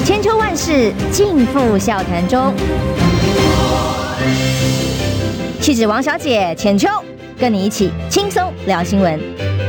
千秋万世尽付笑谈中。气质王小姐浅秋，跟你一起轻松聊新闻。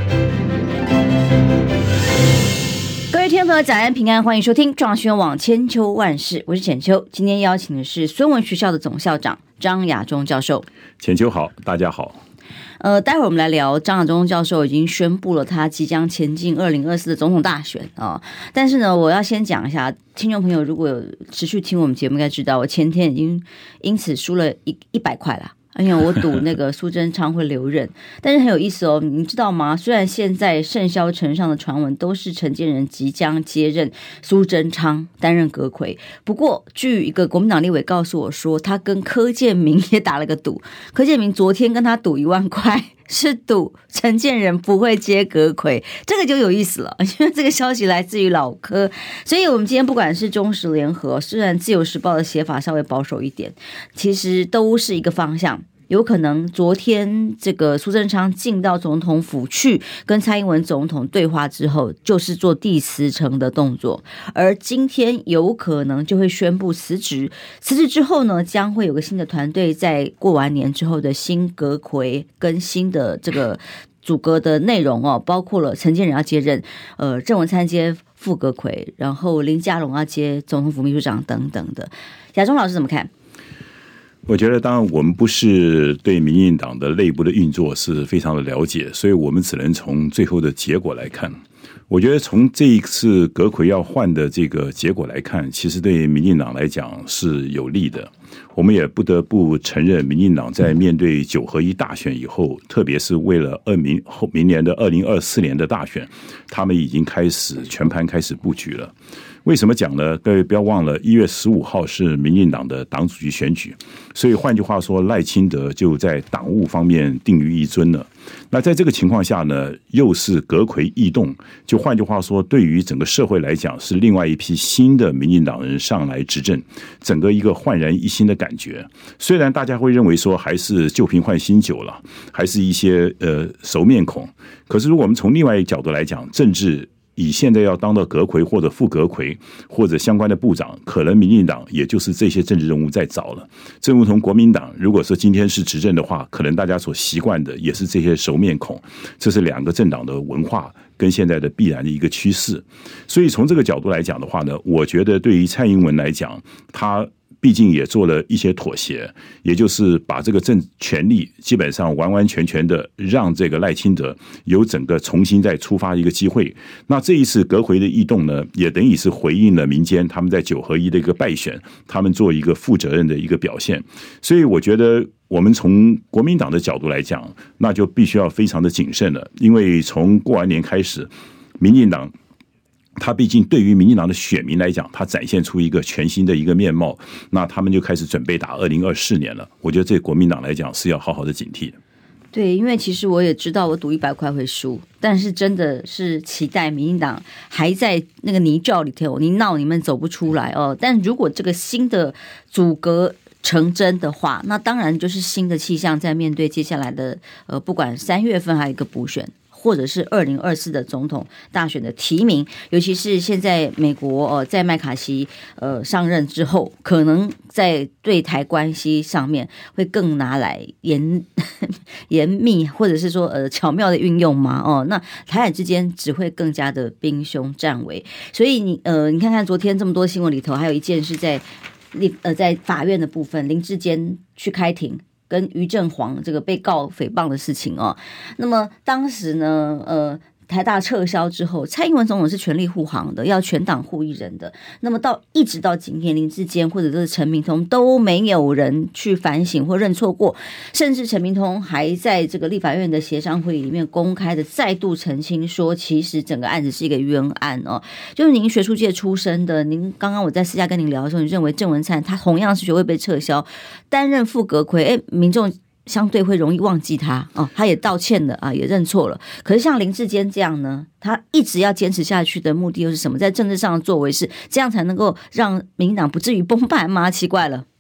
各位听众朋友，早安平安，欢迎收听中央新闻网千秋万世，我是浅秋。今天邀请的是孙文学校的总校长张亚中教授。 浅秋好，大家好。 待会儿我们来聊张亚中教授已经宣布了他即将前进2024的总统大选啊。但是呢，我要先讲一下，听众朋友如果有持续听我们节目，应该知道我前天已经因此输了100块啦。因为我赌那个苏贞昌会留任，但是很有意思哦，你知道吗？虽然现在甚嚣尘上的传闻都是陈建仁即将接任苏贞昌担任阁揆，不过据一个国民党立委告诉我说，他跟柯建铭也打了个赌，柯建铭昨天跟他赌1万块。是赌陈建仁不会接阁揆，这个就有意思了，因为这个消息来自于老柯，所以我们今天不管是中时联合，虽然自由时报的写法稍微保守一点，其实都是一个方向。有可能昨天这个苏贞昌进到总统府去跟蔡英文总统对话之后，就是做第10层的动作，而今天有可能就会宣布辞职。辞职之后呢，将会有个新的团队在过完年之后的新阁揆跟新的这个组阁的内容哦，包括了陈建仁要接任，郑文灿接副阁揆，然后林佳龙要接总统府秘书长等等的。亚中老师怎么看？ 我觉得当然我们不是对民进党的内部的运作是非常的了解，所以我们只能从最后的结果来看。我觉得从这一次阁揆要换的这个结果来看，其实对民进党来讲是有利的。我们也不得不承认，民进党在面对9合1大选以后，特别是为了明年的2024年的大选，他们已经全盘开始布局了。为什么讲呢？各位不要忘了1月15号是民进党的党主席选举，所以换句话说，赖清德就在党务方面定于一尊了。那在这个情况下呢，又是阁揆异动，就换句话说，对于整个社会来讲，是另外一批新的民进党人上来执政，整个一个焕然一新的感觉。虽然大家会认为说还是旧瓶换新酒了，还是一些熟面孔，可是如果我们从另外一个角度来讲，政治以现在要当到阁揆或者副阁揆或者相关的部长，可能民进党也就是这些政治人物在找了。正如同国民党，如果说今天是执政的话，可能大家所习惯的也是这些熟面孔，这是2个政党的文化跟现在的必然的一个趋势。所以从这个角度来讲的话呢，我觉得对于蔡英文来讲，他毕竟也做了一些妥协，也就是把这个权力基本上完完全全的让这个赖清德有整个重新再出发一个机会。那这一次阁揆的异动呢，也等于是回应了民间他们在9合1的一个败选，他们做一个负责任的一个表现。所以我觉得我们从国民党的角度来讲，那就必须要非常的谨慎了，因为从过完年开始，民进党他毕竟对于民进党的选民来讲，他展现出一个全新的一个面貌，那他们就开始准备打2024年了。我觉得这国民党来讲是要好好的警惕的。 对，因为其实我也知道我赌100块会输，但是真的是期待民进党还在那个泥沼里头，你闹你们走不出来哦。但如果这个新的组阁成真的话，那当然就是新的气象，在面对接下来的不管3月份还有一个补选，或者是2024的总统大选的提名，尤其是现在美国在麦卡锡上任之后，可能在对台关系上面会更拿来严密，或者是说巧妙的运用嘛那台海之间只会更加的兵凶战危。所以你看看昨天这么多新闻里头，还有一件是在法院的部分，林智坚去开庭。跟于正煌这个被告诽谤的事情那么当时呢台大撤销之后，蔡英文总统是全力护航的，要全党护一人的。那么一直到今天，林智坚或者是陈明通都没有人去反省或认错过，甚至陈明通还在这个立法院的协商会议里面公开的再度澄清说，其实整个案子是一个冤案就是您学术界出身的，您刚刚我在私下跟您聊的时候，你认为郑文灿他同样是学位被撤销，担任副阁揆，民众相对会容易忘记他他也道歉了也认错了。可是像林智坚这样呢，他一直要坚持下去的目的又是什么？在政治上的作为是这样才能够让民进党不至于崩盘吗？奇怪了。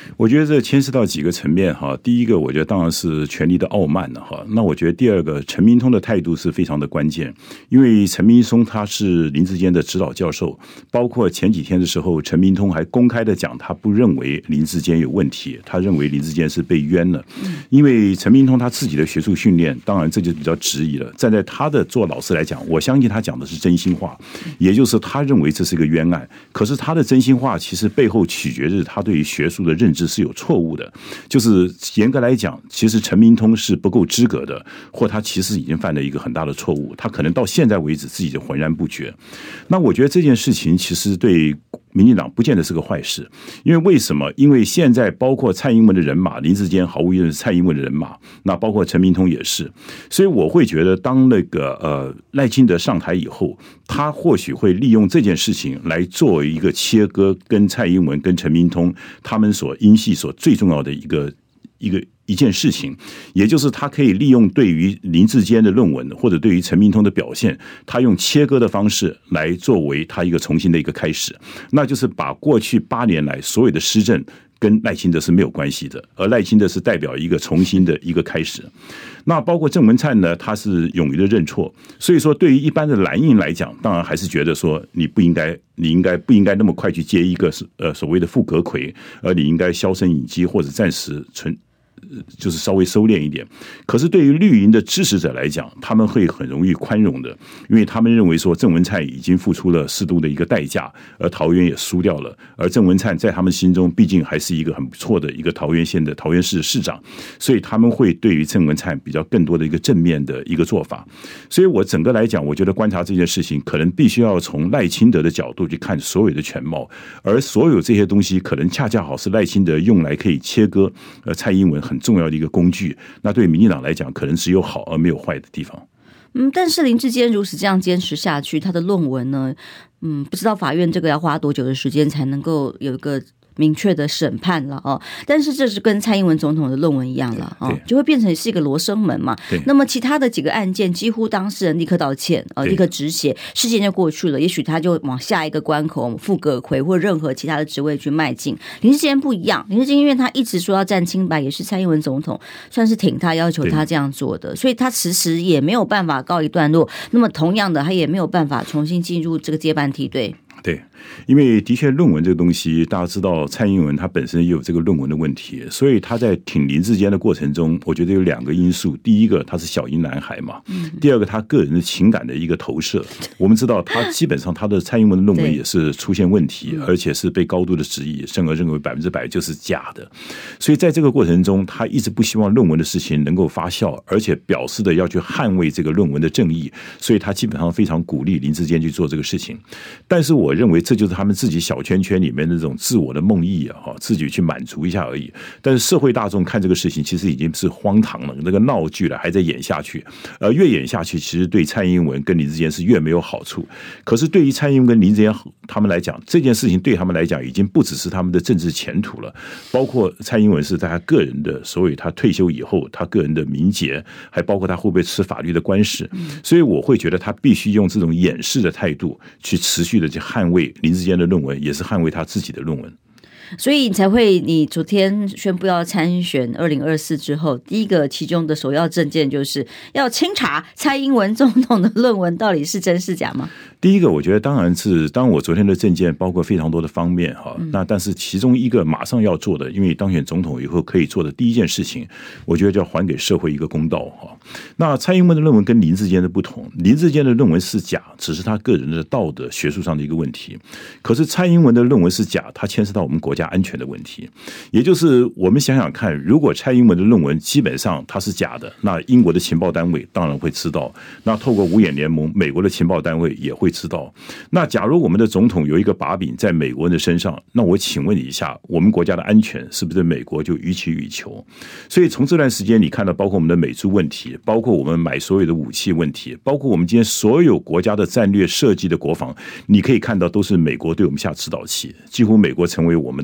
我觉得这牵涉到几个层面哈。第一个，我觉得当然是权力的傲慢了哈。那我觉得第二个，陈明通的态度是非常的关键，因为陈明松他是林智坚的指导教授，包括前几天的时候，陈明通还公开的讲，他不认为林智坚有问题，他认为林智坚是被冤了。因为陈明通他自己的学术训练，当然这就比较质疑了。站在他的做老师来讲，我相信他讲的是真心话，也就是他认为这是个冤案。可是他的真心话其实背后取决于他对于学术的认知是有错误的，就是严格来讲，其实陈明通是不够资格的，或他其实已经犯了一个很大的错误，他可能到现在为止自己就浑然不觉。那我觉得这件事情其实对民进党不见得是个坏事，因为为什么？因为现在包括蔡英文的人马，林智坚毫无疑问是蔡英文的人马，那包括陈明通也是，所以我会觉得，当那个赖清德上台以后，他或许会利用这件事情来作为一个切割跟蔡英文跟陈明通他们所因系所最重要的一件事情，也就是他可以利用对于林智坚的论文或者对于陈明通的表现，他用切割的方式来作为他一个重新的一个开始，那就是把过去8年来所有的施政跟赖清德是没有关系的，而赖清德是代表一个重新的一个开始。那包括郑文灿呢，他是勇于的认错，所以说对于一般的蓝营来讲，当然还是觉得说你不应该那么快去接一个所谓的副阁揆，而你应该销声匿迹或者暂时就是稍微收敛一点。可是对于绿营的支持者来讲，他们会很容易宽容的，因为他们认为说郑文灿已经付出了适度的一个代价，而桃园也输掉了，而郑文灿在他们心中毕竟还是一个很不错的一个桃园县的桃园市的市长，所以他们会对于郑文灿比较更多的一个正面的一个做法。所以我整个来讲，我觉得观察这件事情可能必须要从赖清德的角度去看所有的全貌，而所有这些东西可能恰恰好是赖清德用来可以切割蔡英文很重要的一个工具，那对民进党来讲可能只有好而没有坏的地方。 但是林智坚如此这样坚持下去，他的论文呢，不知道法院这个要花多久的时间才能够有一个明确的审判了哦，但是这是跟蔡英文总统的论文一样了哦，就会变成是一个罗生门嘛。那么其他的几个案件，几乎当事人立刻道歉，立刻止血，事件就过去了。也许他就往下一个关口，副阁揆或任何其他的职位去迈进。林智坚不一样，林智坚因为他一直说要站清白，也是蔡英文总统算是挺他要求他这样做的，所以他迟迟也没有办法告一段落。那么同样的，他也没有办法重新进入这个接班梯队。 对，因为的确论文这个东西，大家知道蔡英文他本身也有这个论文的问题，所以他在挺林智坚的过程中，我觉得有2个因素。第一个，他是小英男孩嘛；第二个，他个人的情感的一个投射。我们知道，他基本上他的蔡英文的论文也是出现问题，而且是被高度的质疑，甚而认为100%就是假的。所以在这个过程中，他一直不希望论文的事情能够发酵，而且表示的要去捍卫这个论文的正义，所以他基本上非常鼓励林智坚去做这个事情。但是我认为这就是他们自己小圈圈里面那种自我的梦呓啊，自己去满足一下而已。但是社会大众看这个事情，其实已经是荒唐了，那个闹剧了，还在演下去。越演下去，其实对蔡英文跟林智坚是越没有好处。可是对于蔡英文跟林智坚他们来讲，这件事情对他们来讲已经不只是他们的政治前途了，包括蔡英文是在他个人的，所谓他退休以后他个人的名节，还包括他会不会吃法律的官司。所以我会觉得他必须用这种掩饰的态度去持续的去捍卫林智坚的论文，也是捍卫他自己的论文。 所以才会，你昨天宣布要参选2024之后，第一个其中的首要政见就是要清查蔡英文总统的论文到底是真是假吗？ 第一个，我觉得当然是，当我昨天的政见包括非常多的方面哈，那但是其中一个马上要做的，因为当选总统以后可以做的第一件事情，我觉得就要还给社会一个公道哈。那蔡英文的论文跟林智坚的不同，林智坚的论文是假，只是他个人的道德学术上的一个问题。可是蔡英文的论文是假，它牵涉到我们国家安全的问题。也就是我们想想看，如果蔡英文的论文基本上它是假的，那英国的情报单位当然会知道，那透过五眼联盟，美国的情报单位也会知道。那假如我们的总统有一个把柄在美国人的身上，那我请问你一下，我们国家的安全是不是美国就予取予求？所以从这段时间你看到，包括我们的美猪问题，包括我们买所有的武器问题，包括我们今天所有国家的战略设计的国防，你可以看到都是美国对我们下指导棋，几乎美国成为我们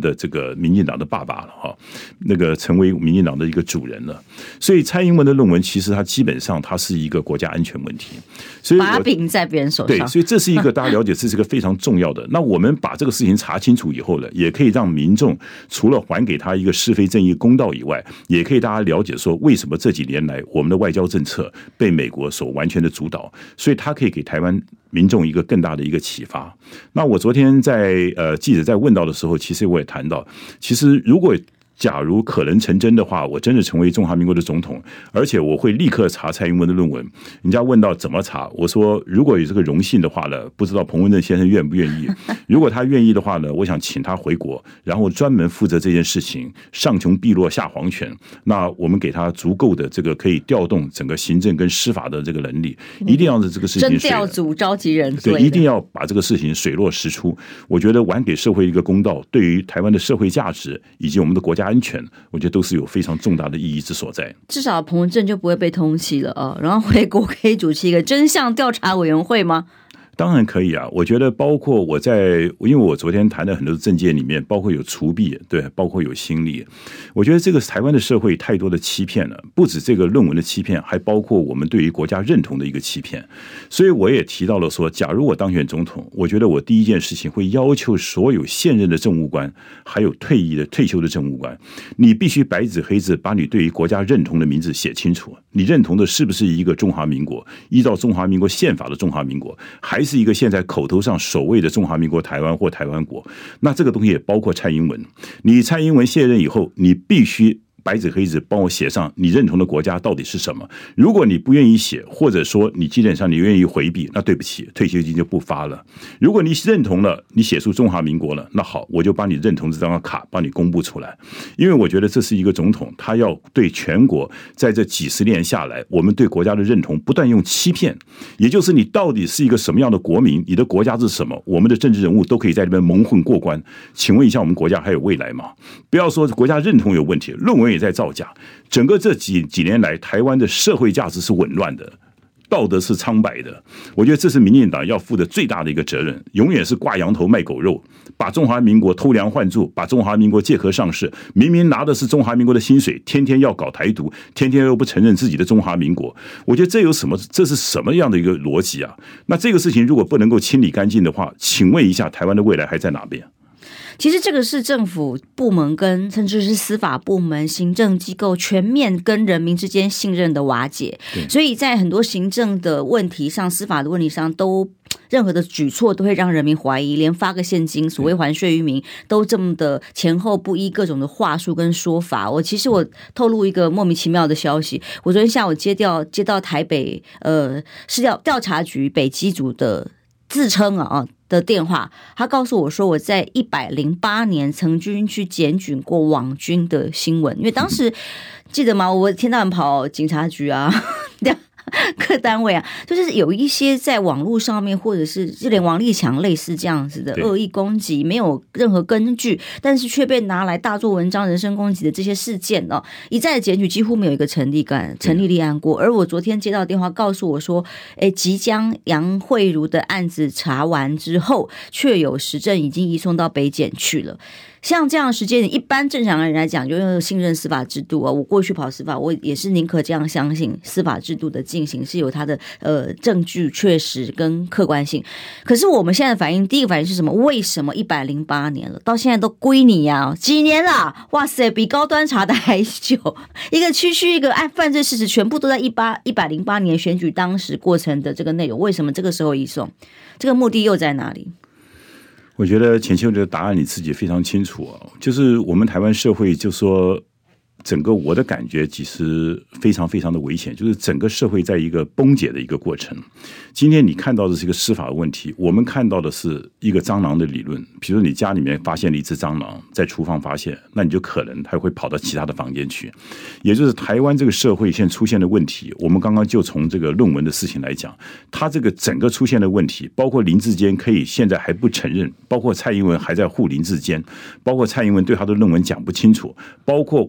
的这个民进党的爸爸了哈，那个成为民进党的一个主人了。所以蔡英文的论文其实它基本上它是一个国家安全问题，所以把柄在别人手上。 对，所以这是一个大家了解，这是一个非常重要的。那我们把这个事情查清楚以后呢，也可以让民众除了还给他一个是非正义公道以外，也可以大家了解说为什么这几年来我们的外交政策被美国所完全的主导，所以他可以给台湾民众一个更大的一个启发。那我昨天在记者在问到的时候，其实我也谈到，其实假如可能成真的话，我真的成为中华民国的总统，而且我会立刻查蔡英文的论文。人家问到怎么查，我说如果有这个荣幸的话呢，不知道彭文正先生愿不愿意？如果他愿意的话呢，我想请他回国，然后专门负责这件事情，上穷碧落下黄泉。那我们给他足够的这个可以调动整个行政跟司法的这个能力，一定要是这个事情征调组召集人， 对，一定要把这个事情水落石出。我觉得还给社会一个公道，对于台湾的社会价值以及我们的国家安全，我觉得都是有非常重大的意义之所在。 至少彭文正就不会被通缉了啊，然后回国可以主持一个真相调查委员会吗？ 当然可以啊，我觉得包括因为我昨天谈的很多政见里面，包括有除弊，对，包括有心力。我觉得这个台湾的社会太多的欺骗了，不止这个论文的欺骗，还包括我们对于国家认同的一个欺骗。所以我也提到了说，假如我当选总统，我觉得我第一件事情会要求所有现任的政务官，还有退休的政务官，你必须白纸黑字把你对于国家认同的名字写清楚。你认同的是不是一个中华民国，依照中华民国宪法的中华民国，还是一个现在口头上所谓的中华民国台湾或台湾国？那这个东西也包括蔡英文。你蔡英文卸任以后，你必须白纸黑字帮我写上你认同的国家到底是什么。如果你不愿意写，或者说你基本上你愿意回避，那对不起，退休金就不发了。如果你认同了，你写出中华民国了，那好，我就把你认同这张卡帮你公布出来。因为我觉得这是一个总统，他要对全国在这几十年下来，我们对国家的认同不断用欺骗，也就是你到底是一个什么样的国民，你的国家是什么，我们的政治人物都可以在这边蒙混过关。请问一下，我们国家还有未来吗？不要说国家认同有问题，论文也在造假。整个这几年来，台湾的社会价值是紊乱的，道德是苍白的。我觉得这是民进党要负的最大的一个责任，永远是挂羊头卖狗肉，把中华民国偷梁换柱，把中华民国借壳上市，明明拿的是中华民国的薪水，天天要搞台独，天天又不承认自己的中华民国。我觉得这是什么样的一个逻辑啊？那这个事情如果不能够清理干净的话，请问一下，台湾的未来还在哪边？ 其实这个是政府部门跟甚至是司法部门、行政机构全面跟人民之间信任的瓦解，所以在很多行政的问题上、司法的问题上，都任何的举措都会让人民怀疑，连发个现金，所谓还税于民，都这么的前后不一，各种的话术跟说法。其实我透露一个莫名其妙的消息，我昨天下午接到台北市调查局北基组的自称的电话，他告诉我说我在108年曾经去检举过网军的新闻，因为当时记得吗？我天天晚跑警察局啊。各单位啊，就是有一些在网络上面，或者是就连王立强类似这样子的恶意攻击，没有任何根据，但是却被拿来大做文章、人身攻击的这些事件呢，一再的检举，几乎没有一个成立立案过。而我昨天接到电话告诉我说，即将杨惠如的案子查完之后，确有实证已经移送到北检去了。像这样的时间，一般正常人来讲，就信任司法制度啊。我过去跑司法，我也是宁可这样相信司法制度的进行是有它的证据确实跟客观性。可是我们现在的反应，第一个反应是什么？为什么108年了，到现在都归你呀？几年了？哇塞，比高端查的还久。一个区一个按犯罪事实，全部都在108年选举当时过程的这个内容，为什么这个时候移送？这个目的又在哪里？ 我觉得浅秋的答案你自己非常清楚啊，就是我们台湾社会就说整个我的感觉其实非常非常的危险，就是整个社会在一个崩解的一个过程。今天你看到的是一个司法的问题，我们看到的是一个蟑螂的理论。比如说你家里面发现了一只蟑螂，在厨房发现，那你就可能它会跑到其他的房间去。也就是台湾这个社会现在出现的问题，我们刚刚就从这个论文的事情来讲，它这个整个出现的问题，包括林智坚可以现在还不承认，包括蔡英文还在护林智坚，包括蔡英文对他的论文讲不清楚，包括我这段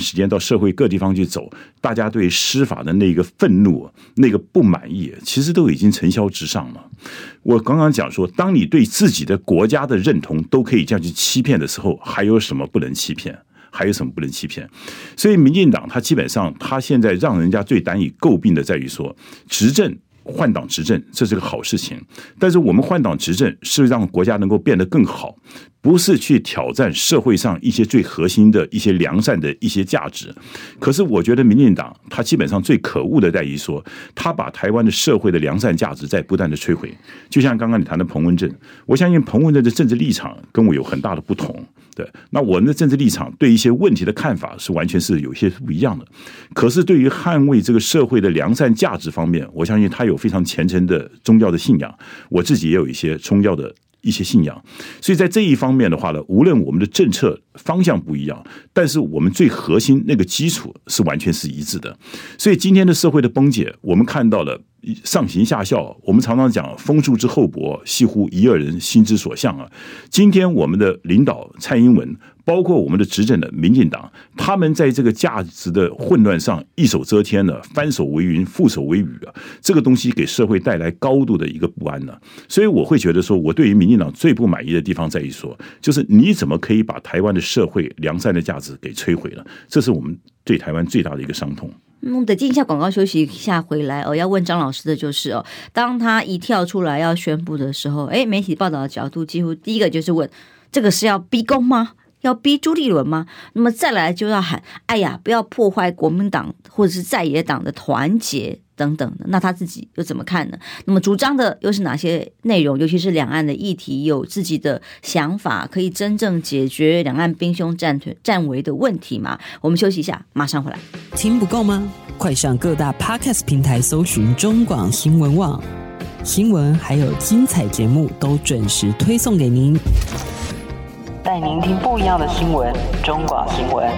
时间到社会各地方去走，大家对司法的那个愤怒、那个不满意，其实都已经尘嚣直上了。我刚刚讲说，当你对自己的国家的认同都可以这样去欺骗的时候，还有什么不能欺骗？还有什么不能欺骗？所以民进党他基本上他现在让人家最难以诟病的在于说，执政换党执政这是个好事情，但是我们换党执政是让国家能够变得更好，不是去挑战社会上一些最核心的一些良善的一些价值。可是我觉得民进党他基本上最可恶的在于说，他把台湾的社会的良善价值在不断的摧毁。就像刚刚你谈的彭文正，我相信彭文正的政治立场跟我有很大的不同，对，那我们的政治立场对一些问题的看法是完全是有些不一样的。可是对于捍卫这个社会的良善价值方面，我相信他有非常虔诚的宗教的信仰，我自己也有一些宗教的一些信仰，所以在这一方面的话呢，无论我们的政策方向不一样，但是我们最核心那个基础是完全是一致的。所以今天的社会的崩解，我们看到了上行下效，我们常常讲风树之厚薄，系乎一二人心之所向啊。今天我们的领导蔡英文，包括我们的执政的民进党，他们在这个价值的混乱上一手遮天了，翻手为云，覆手为雨啊，这个东西给社会带来高度的一个不安呢。所以我会觉得说，我对于民进党最不满意的地方在于说，就是你怎么可以把台湾的社会良善的价值给摧毁了？这是我们对台湾最大的一个伤痛。 我们得进一下广告，休息一下回来要问张老师的就是当他一跳出来要宣布的时候，媒体报道的角度几乎第一个就是问，这个是要逼宫吗？要逼朱立伦吗？那么再来就要喊，哎呀，不要破坏国民党或者是在野党的团结等等的。那他自己又怎么看呢？那么主张的又是哪些内容？尤其是两岸的议题，有自己的想法，可以真正解决两岸兵凶战危的问题吗？我们休息一下，马上回来。 听不够吗？快上各大 Podcast 平台搜寻中广新闻网，新闻还有精彩节目都准时推送给您，带您听不一样的新闻。中广新闻，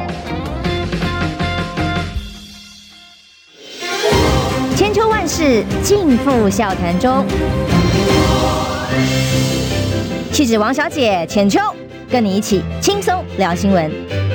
千秋万世尽付笑谈中。气质王小姐浅秋，跟你一起轻松聊新闻。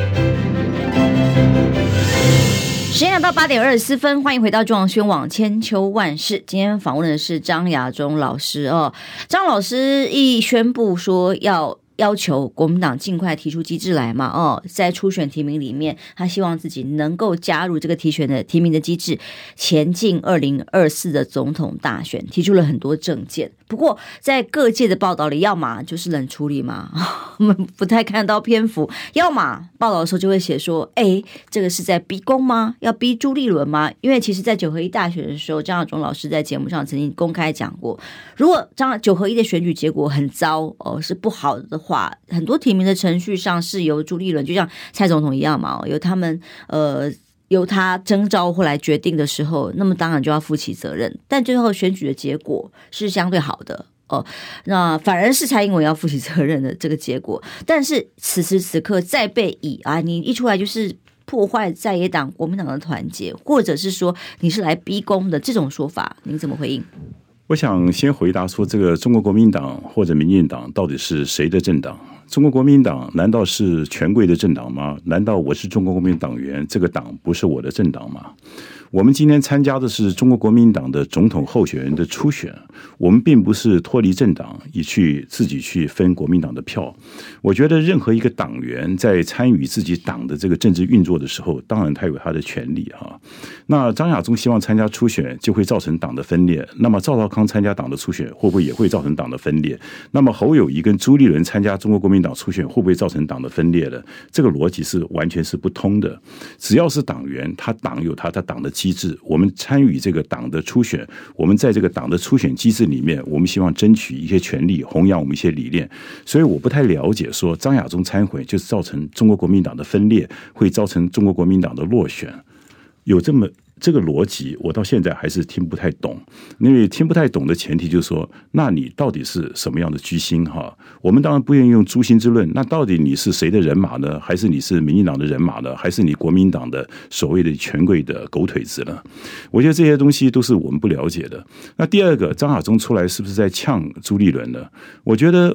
时间来到8:24，欢迎回到中广宣网千秋万世。今天访问的是张亚中老师张老师一宣布说要求国民党尽快提出机制来嘛在初选提名里面，他希望自己能够加入这个提名的机制，前进2024的总统大选，提出了很多政见。不过在各界的报道里，要么就是冷处理嘛，我们不太看到篇幅；要么报道的时候就会写说，这个是在逼宫吗？要逼朱立伦吗？因为其实在9合1大选的时候，张亚中老师在节目上曾经公开讲过，如果9合1的选举结果很糟是不好的话，很多提名的程序上是由朱立伦，就像蔡总统一样嘛，由他征召或来决定的时候，那么当然就要负起责任。但最后选举的结果是相对好的那反而是蔡英文要负起责任的这个结果。但是此时此刻再被你一出来就是破坏在野党国民党的团结，或者是说你是来逼宫的这种说法，您怎么回应？ 我想先回答说，这个中国国民党或者民进党到底是谁的政党？中国国民党难道是权贵的政党吗？难道我是中国国民党员，这个党不是我的政党吗？我们今天参加的是中国国民党的总统候选人的初选，我们并不是脱离政党自己去分国民党的票。我觉得任何一个党员在参与自己党的这个政治运作的时候，当然他有他的权利那张亚中希望参加初选，就会造成党的分裂。那么赵少康参加党的初选，会不会也会造成党的分裂？那么侯友宜跟朱立伦参加中国国民党初选，会不会造成党的分裂呢？这个逻辑是完全是不通的。只要是党员，他党有他的党的机制，我们参与这个党的初选，我们在这个党的初选机制里面，我们希望争取一些权利，弘扬我们一些理念。所以我不太了解说张亚中参选就是造成中国国民党的分裂，会造成中国国民党的落选，有这个逻辑，我到现在还是听不太懂。因为听不太懂的前提就是说，那你到底是什么样的居心我们当然不愿意用诛心之论，那到底你是谁的人马呢？还是你是民进党的人马呢？还是你国民党的所谓的权贵的狗腿子呢？我觉得这些东西都是我们不了解的。那第二个，张亚中出来是不是在呛朱立伦呢？我觉得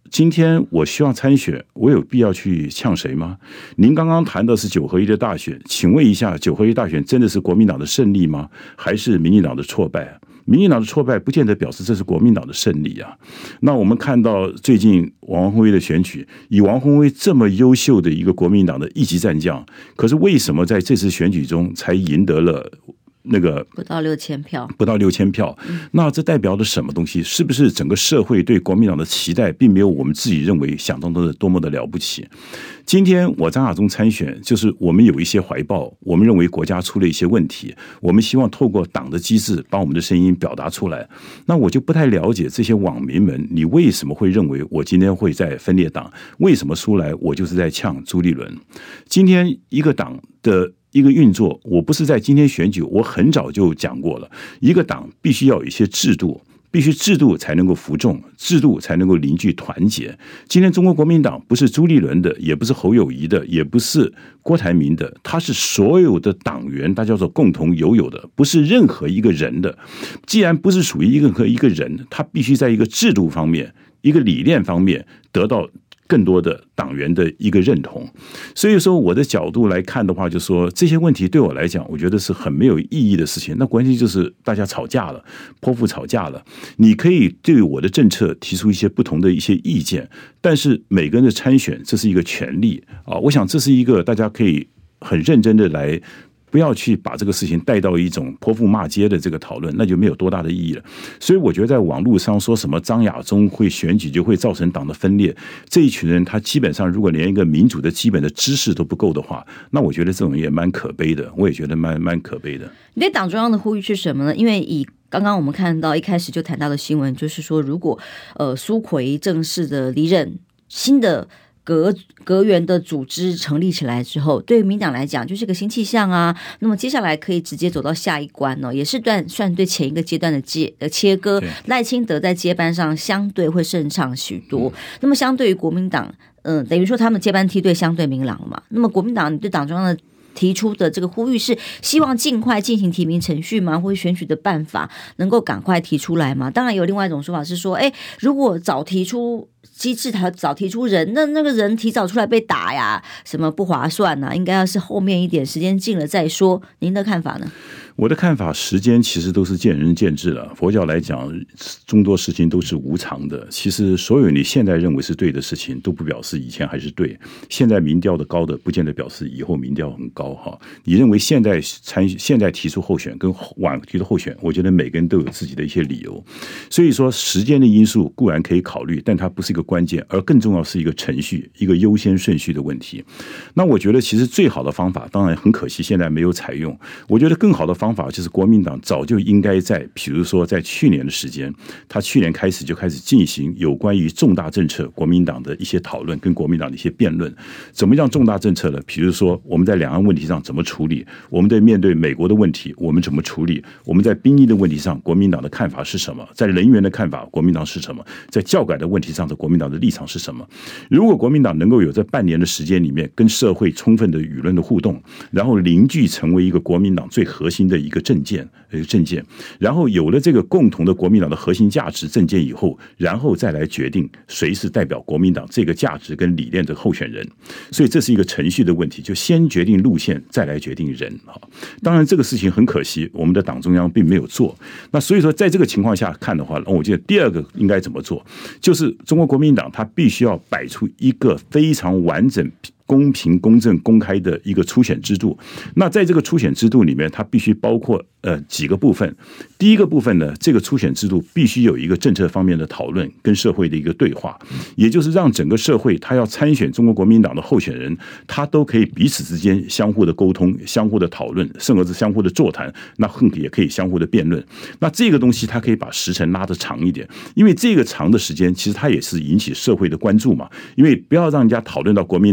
今天我希望参选，我有必要去呛谁吗？您刚刚谈的是9合1的大选，请问一下，9合1大选真的是国民党的胜利吗？还是民进党的挫败？民进党的挫败不见得表示这是国民党的胜利啊。那我们看到最近王鴻薇的选举，以王鴻薇这么优秀的一个国民党的一级战将，可是为什么在这次选举中才赢得了那个不到6000票， 不到6000票，那这代表了什么东西？是不是整个社会对国民党的期待并没有我们自己认为想当中的多么的了不起？今天我张亚中参选，就是我们有一些怀抱，我们认为国家出了一些问题，我们希望透过党的机制把我们的声音表达出来。那我就不太了解这些网民们，你为什么会认为我今天会在分裂党？为什么出来我就是在呛朱立伦？今天一个党的一个运作，我不是在今天选举，我很早就讲过了，一个党必须要有一些制度，必须制度才能够服众，制度才能够凝聚团结。今天中国国民党不是朱立伦的，也不是侯友宜的，也不是郭台铭的，它是所有的党员，它叫做共同拥有的，不是任何一个人的。既然不是属于任何一个人，他必须在一个制度方面、一个理念方面得到更多的党员的一个认同。所以说我的角度来看的话，就说这些问题对我来讲，我觉得是很没有意义的事情。那关键就是大家吵架了，泼妇吵架了。你可以对我的政策提出一些不同的一些意见，但是每个人的参选这是一个权利啊。我想这是一个大家可以很认真的来，不要去把这个事情带到一种泼妇骂街的这个讨论，那就没有多大的意义了。所以我觉得在网络上说什么张亚中会选举就会造成党的分裂，这一群人他基本上如果连一个民主的基本的知识都不够的话，那我觉得这种也蛮可悲的，我也觉得蛮可悲的。 你对党中央的呼吁是什么呢？因为以刚刚我们看到一开始就谈到的新闻，就是说如果苏揆正式的离任，新的阁员的组织成立起来之后，对于民党来讲就是个新气象啊。那么接下来可以直接走到下一关哦，也是算对前一个阶段的切割。赖清德在接班上相对会顺畅许多。那么相对于国民党，等于说他们接班梯队相对明朗了嘛。那么国民党，你对党中央的提出的这个呼吁是希望尽快进行提名程序吗？或者选举的办法能够赶快提出来吗？当然有另外一种说法是说，如果早提出机制，早提出人，那个人提早出来被打呀，什么不划算啊，应该要是后面一点，时间近了再说。您的看法呢？ 我的看法，时间其实都是见仁见智了。佛教来讲，众多事情都是无常的。其实所有你现在认为是对的事情，都不表示以前还是对。现在民调的高的，不见得表示以后民调很高哈。你认为现在提出候选跟晚提出候选，我觉得每个人都有自己的一些理由。所以说，时间的因素固然可以考虑，但它不是一个关键，而更重要是一个程序、一个优先顺序的问题。那我觉得，其实最好的方法，当然很可惜现在没有采用。我觉得更好的方法就是国民党早就应该在，比如说在去年的时间，他去年开始进行有关于重大政策国民党的一些讨论，跟国民党的一些辩论。怎么样重大政策呢？比如说我们在两岸问题上怎么处理，我们在面对美国的问题我们怎么处理，我们在兵役的问题上国民党的看法是什么，在人员的看法国民党是什么，在教改的问题上的国民党的立场是什么。如果国民党能够有这半年的时间里面跟社会充分的舆论的互动，然后凝聚成为一个国民党最核心的一个政见，然后有了这个共同的国民党的核心价值政见以后，然后再来决定谁是代表国民党这个价值跟理念的候选人。所以这是一个程序的问题，就先决定路线，再来决定人。当然这个事情很可惜，我们的党中央并没有做。那所以说在这个情况下看的话，我觉得第二个应该怎么做，就是中国国民党它必须要摆出一个非常完整、公平、公正、公开的一个初选制度。那在这个初选制度里面，它必须包括几个部分。第一个部分呢，这个初选制度必须有一个政策方面的讨论跟社会的一个对话，也就是让整个社会他要参选中国国民党的候选人，他都可以彼此之间相互的沟通、相互的讨论，甚至是相互的座谈，那也可以相互的辩论。那这个东西它可以把时程拉得长一点，因为这个长的时间其实它也是引起社会的关注嘛。因为不要让人家讨论到国民党，就像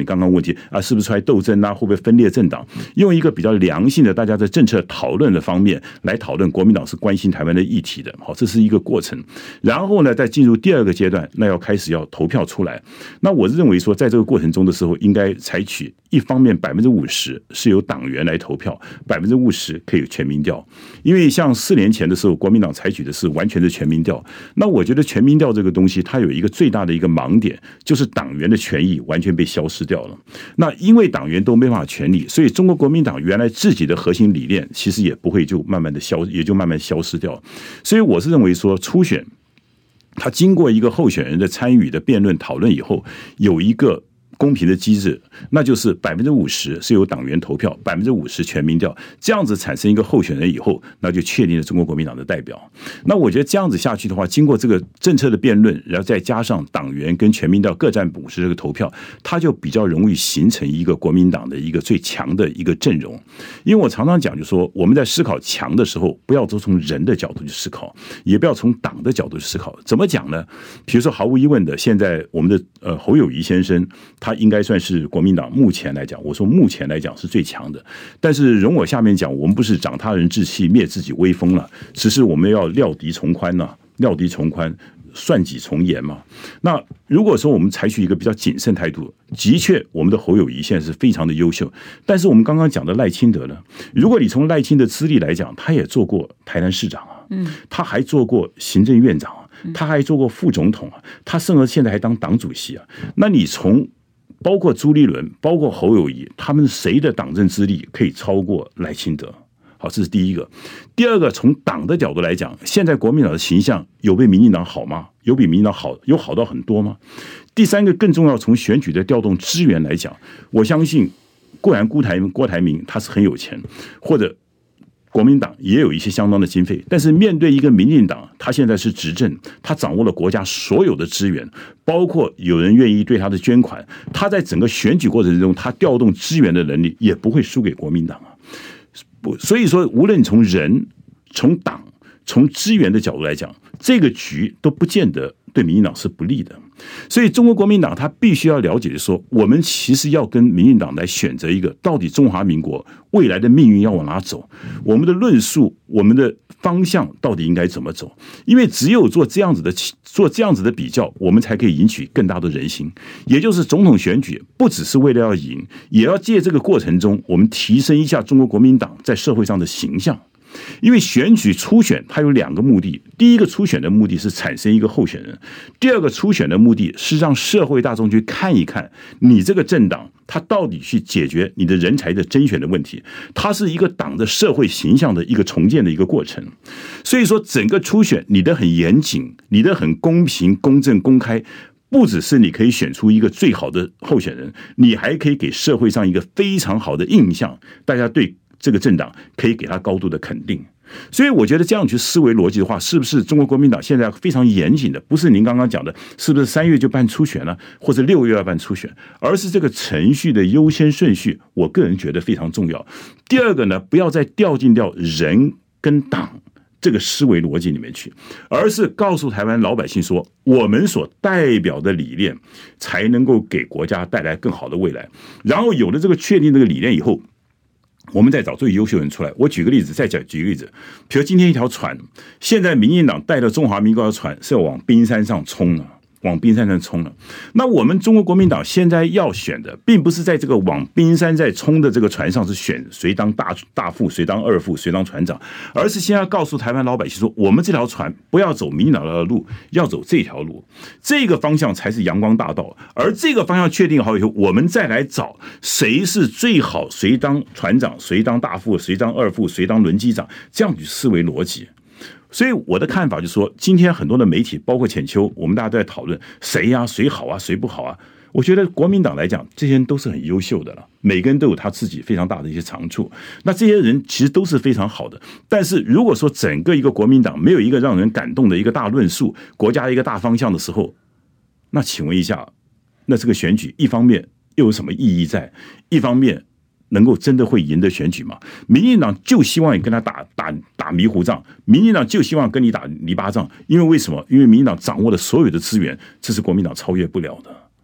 你刚刚问题啊，是不是出来斗争啊，会不会分裂政党？用一个比较良性的大家在政策讨论的方面来讨论，国民党是关心台湾的议题的，好，这是一个过程。然后呢，再进入第二个阶段，那要开始要投票出来。那我是认为说，在这个过程中的时候，应该采取一方面50%是由党员来投票，50%可以全民调。因为像4年前的时候，国民党采取的是完全的全民调。那我觉得全民调这个东西，它有一个最大的一个盲点，就是党员的权益完全被消失掉了。那因为党员都没办法权利，所以中国国民党原来自己的核心理念，其实也不会就慢慢消失掉。所以我是认为说，初选它经过一个候选人的参与的辩论讨论以后，有一个公平的机制，那就是50%是由党员投票，50%全民调，这样子产生一个候选人以后，那就确定了中国国民党的代表。那我觉得这样子下去的话，经过这个政策的辩论，然后再加上党员跟全民调各占50%这个投票，它就比较容易形成一个国民党的一个最强的一个阵容。因为我常常讲，就是说我们在思考强的时候，不要都从人的角度去思考，也不要从党的角度去思考。怎么讲呢？比如说，毫无疑问的，现在我们的侯友宜先生，他应该算是国民党目前来讲，我说目前来讲是最强的。但是容我下面讲，我们不是长他人志气，灭自己威风了，只是我们要料敌从宽呐，料敌从宽，算己从严嘛。那如果说我们采取一个比较谨慎态度，的确我们的侯友宜现在是非常的优秀。但是我们刚刚讲的赖清德呢，如果你从赖清德资历来讲，他也做过台南市长啊，他还做过行政院长啊，他还做过副总统啊，他甚至现在还当党主席啊。那你从包括朱立伦，包括侯友宜，他们谁的党政资历可以超过赖清德？好，这是第一个。第二个，从党的角度来讲，现在国民党的形象有比民进党好吗？有比民进党好，有好到很多吗？第三个更重要，从选举的调动资源来讲，我相信固然郭台铭他是很有钱，或者国民党也有一些相当的经费，但是面对一个民进党，他现在是执政，他掌握了国家所有的资源，包括有人愿意对他的捐款，他在整个选举过程中，他调动资源的能力也不会输给国民党啊。所以说，无论从人、从党、从资源的角度来讲，这个局都不见得对民进党是不利的。所以中国国民党他必须要了解的说，我们其实要跟民进党来选择一个到底中华民国未来的命运要往哪走，我们的论述，我们的方向到底应该怎么走。因为只有做这样子的比较，我们才可以引起更大的人心。也就是总统选举不只是为了要赢，也要借这个过程中，我们提升一下中国国民党在社会上的形象。因为选举初选它有2个目的，第一个初选的目的是产生一个候选人，第二个初选的目的是让社会大众去看一看你这个政党它到底去解决你的人才的甄选的问题，它是一个党的社会形象的一个重建的一个过程。所以说整个初选你的很严谨，你的很公平公正公开，不只是你可以选出一个最好的候选人，你还可以给社会上一个非常好的印象，大家对这个政党可以给他高度的肯定。所以我觉得这样去思维逻辑的话，是不是中国国民党现在非常严谨的，不是您刚刚讲的是不是3月就办初选了，或者6月要办初选，而是这个程序的优先顺序，我个人觉得非常重要。第二个呢，不要再掉进人跟党这个思维逻辑里面去，而是告诉台湾老百姓说，我们所代表的理念才能够给国家带来更好的未来。然后有了这个确定这个理念以后，我们再找最优秀的人出来。我举个例子，举个例子，比如今天一条船，现在民进党带着中华民国的船是要往冰山上冲了。那我们中国国民党现在要选的，并不是在这个往冰山在冲的这个船上是选谁当大副，谁当二副，谁当船长，而是先要告诉台湾老百姓说，我们这条船不要走民进党的路，要走这条路，这个方向才是阳光大道。而这个方向确定好以后，我们再来找谁是最好，谁当船长，谁当大副，谁当二副，谁当轮机长，这样去思维逻辑。所以我的看法就是说，今天很多的媒体，包括浅秋，我们大家都在讨论谁呀，谁好啊，谁不好啊。我觉得国民党来讲，这些人都是很优秀的了，每个人都有他自己非常大的一些长处。那这些人其实都是非常好的。但是如果说整个一个国民党没有一个让人感动的一个大论述，国家一个大方向的时候，那请问一下，那这个选举一方面又有什么意义在？一方面能够真的会赢得选举吗？民进党就希望你跟他打迷糊仗，民进党就希望跟你打篱笆仗，因为为什么？因为民进党掌握了所有的资源，这是国民党超越不了的。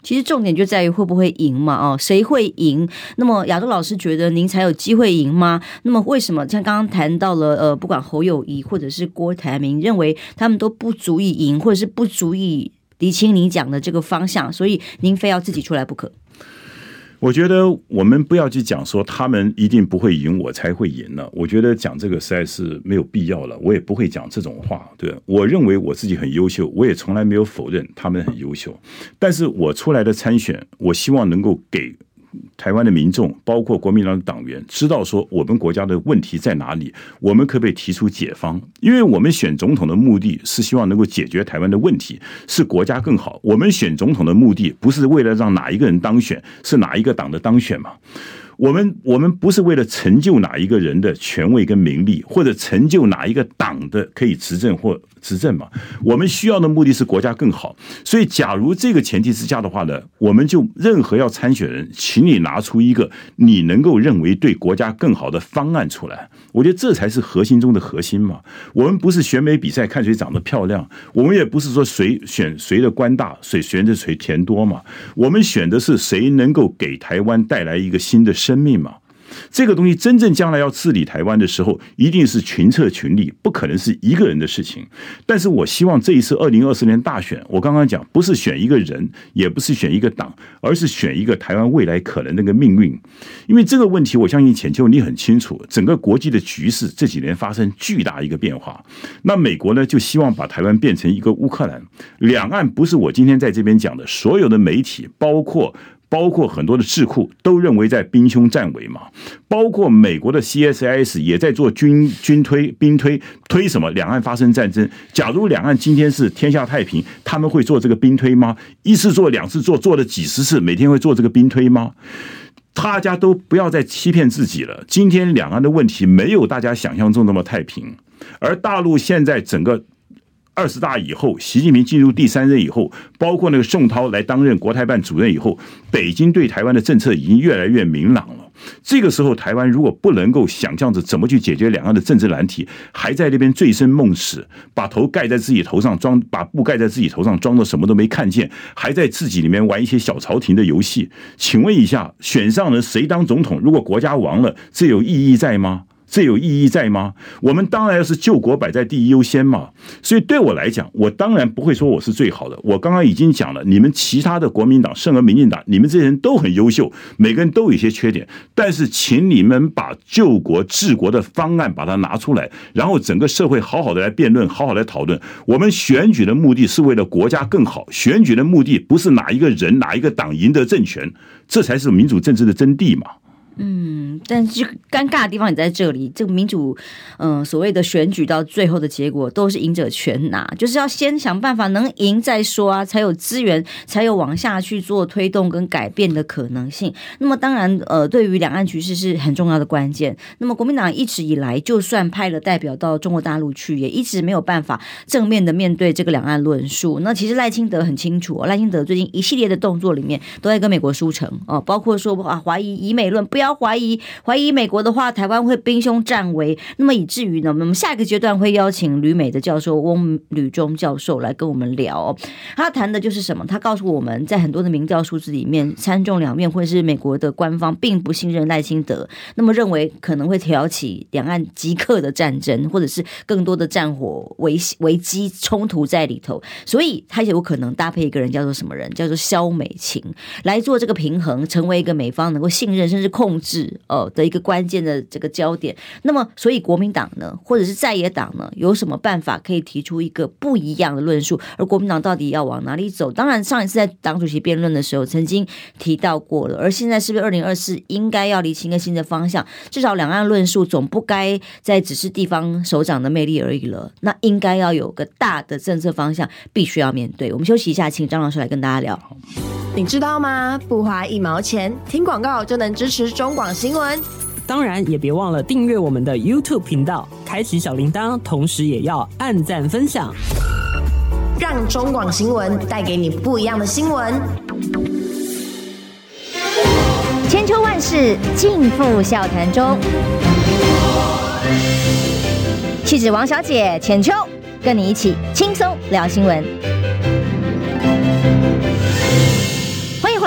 其实重点就在于会不会赢嘛，谁会赢？那么亚洲老师觉得您才有机会赢吗？那么为什么像刚刚谈到了不管侯友宜或者是郭台铭，认为他们都不足以赢，或者是不足以厘清你讲的这个方向，所以您非要自己出来不可？ 我觉得我们不要去讲说他们一定不会赢，我才会赢了。我觉得讲这个实在是没有必要了，我也不会讲这种话。对，我认为我自己很优秀，我也从来没有否认他们很优秀。但是我出来的参选，我希望能够给台湾的民众，包括国民党的党员，知道说我们国家的问题在哪里，我们可不可以提出解方？因为我们选总统的目的是希望能够解决台湾的问题，是国家更好。我们选总统的目的不是为了让哪一个人当选，是哪一个党的当选嘛？我们不是为了成就哪一个人的权位跟名利，或者成就哪一个党的可以执政或执政嘛？我们需要的目的是国家更好。所以假如这个前提之下的话呢，我们就任何要参选人，请你拿出一个你能够认为对国家更好的方案出来。我觉得这才是核心中的核心嘛。我们不是选美比赛看谁长得漂亮，我们也不是说谁选谁的官大，谁选的谁田多嘛。我们选的是谁能够给台湾带来一个新的生命嘛。这个东西真正将来要治理台湾的时候，一定是群策群力，不可能是一个人的事情。但是我希望这一次2024年大选，我刚刚讲不是选一个人，也不是选一个党，而是选一个台湾未来可能那个命运。因为这个问题，我相信浅秋你很清楚，整个国际的局势这几年发生巨大一个变化。那美国呢，就希望把台湾变成一个乌克兰。两岸不是我今天在这边讲的，所有的媒体包括很多的智库都认为在兵凶战危嘛，包括美国的 CSIS 也在做兵推什么两岸发生战争。假如两岸今天是天下太平，他们会做这个兵推吗？一次做两次做了几十次，每天会做这个兵推吗？大家都不要再欺骗自己了。今天两岸的问题没有大家想象中那么太平，而大陆现在整个20大以后，习近平进入第3任以后，包括那个宋涛来担任国台办主任以后，北京对台湾的政策已经越来越明朗了。这个时候，台湾如果不能够想象着怎么去解决两岸的政治难题，还在那边醉生梦死，把头盖在自己头上把布盖在自己头上，装的什么都没看见，还在自己里面玩一些小朝廷的游戏。请问一下，选上了谁当总统？如果国家亡了，这有意义在吗？我们当然是救国摆在第一优先嘛。所以对我来讲，我当然不会说我是最好的。我刚刚已经讲了，你们其他的国民党、甚而民进党，你们这些人都很优秀，每个人都有一些缺点，但是请你们把救国治国的方案把它拿出来，然后整个社会好好的来辩论，好好来讨论。我们选举的目的是为了国家更好，选举的目的不是哪一个人、哪一个党赢得政权，这才是民主政治的真谛嘛。 但是尴尬的地方也在这里，这个民主，所谓的选举到最后的结果都是赢者全拿，就是要先想办法能赢再说啊，才有资源，才有往下去做推动跟改变的可能性。那么当然，对于两岸局势是很重要的关键。那么国民党一直以来，就算派了代表到中国大陆去，也一直没有办法正面的面对这个两岸论述。那其实赖清德很清楚，赖清德最近一系列的动作里面都在跟美国输诚包括说怀疑以美论，不要怀疑美国的话，台湾会兵凶战危。那么以至于呢，我们下一个阶段会邀请旅美的教授翁履中教授来跟我们聊。他谈的就是什么？他告诉我们在很多的民调数字里面，参众两院或者是美国的官方并不信任赖清德，那么认为可能会挑起两岸即刻的战争，或者是更多的战火危机冲突在里头。所以他有可能搭配一个人叫做什么人？叫做萧美琴来做这个平衡，成为一个美方能够信任甚至控制的一个关键的这个焦点。那么所以国民党呢，或者是在野党呢，有什么办法可以提出一个不一样的论述？而国民党到底要往哪里走？当然上一次在党主席辩论的时候曾经提到过了，而现在是不是2024应该要厘清一个新的方向？至少两岸论述总不该再只是地方首长的魅力而已了，那应该要有个大的政策方向必须要面对。我们休息一下，请张老师来跟大家聊。 你知道吗？不花1毛钱，听广告就能支持中广新闻。 当然也别忘了订阅我们的 YouTube 频道，开启小铃铛，同时也要按赞分享， 让中广新闻带给你不一样的新闻。 千秋万世尽付笑谈中，气质王小姐浅秋，跟你一起轻松聊新闻。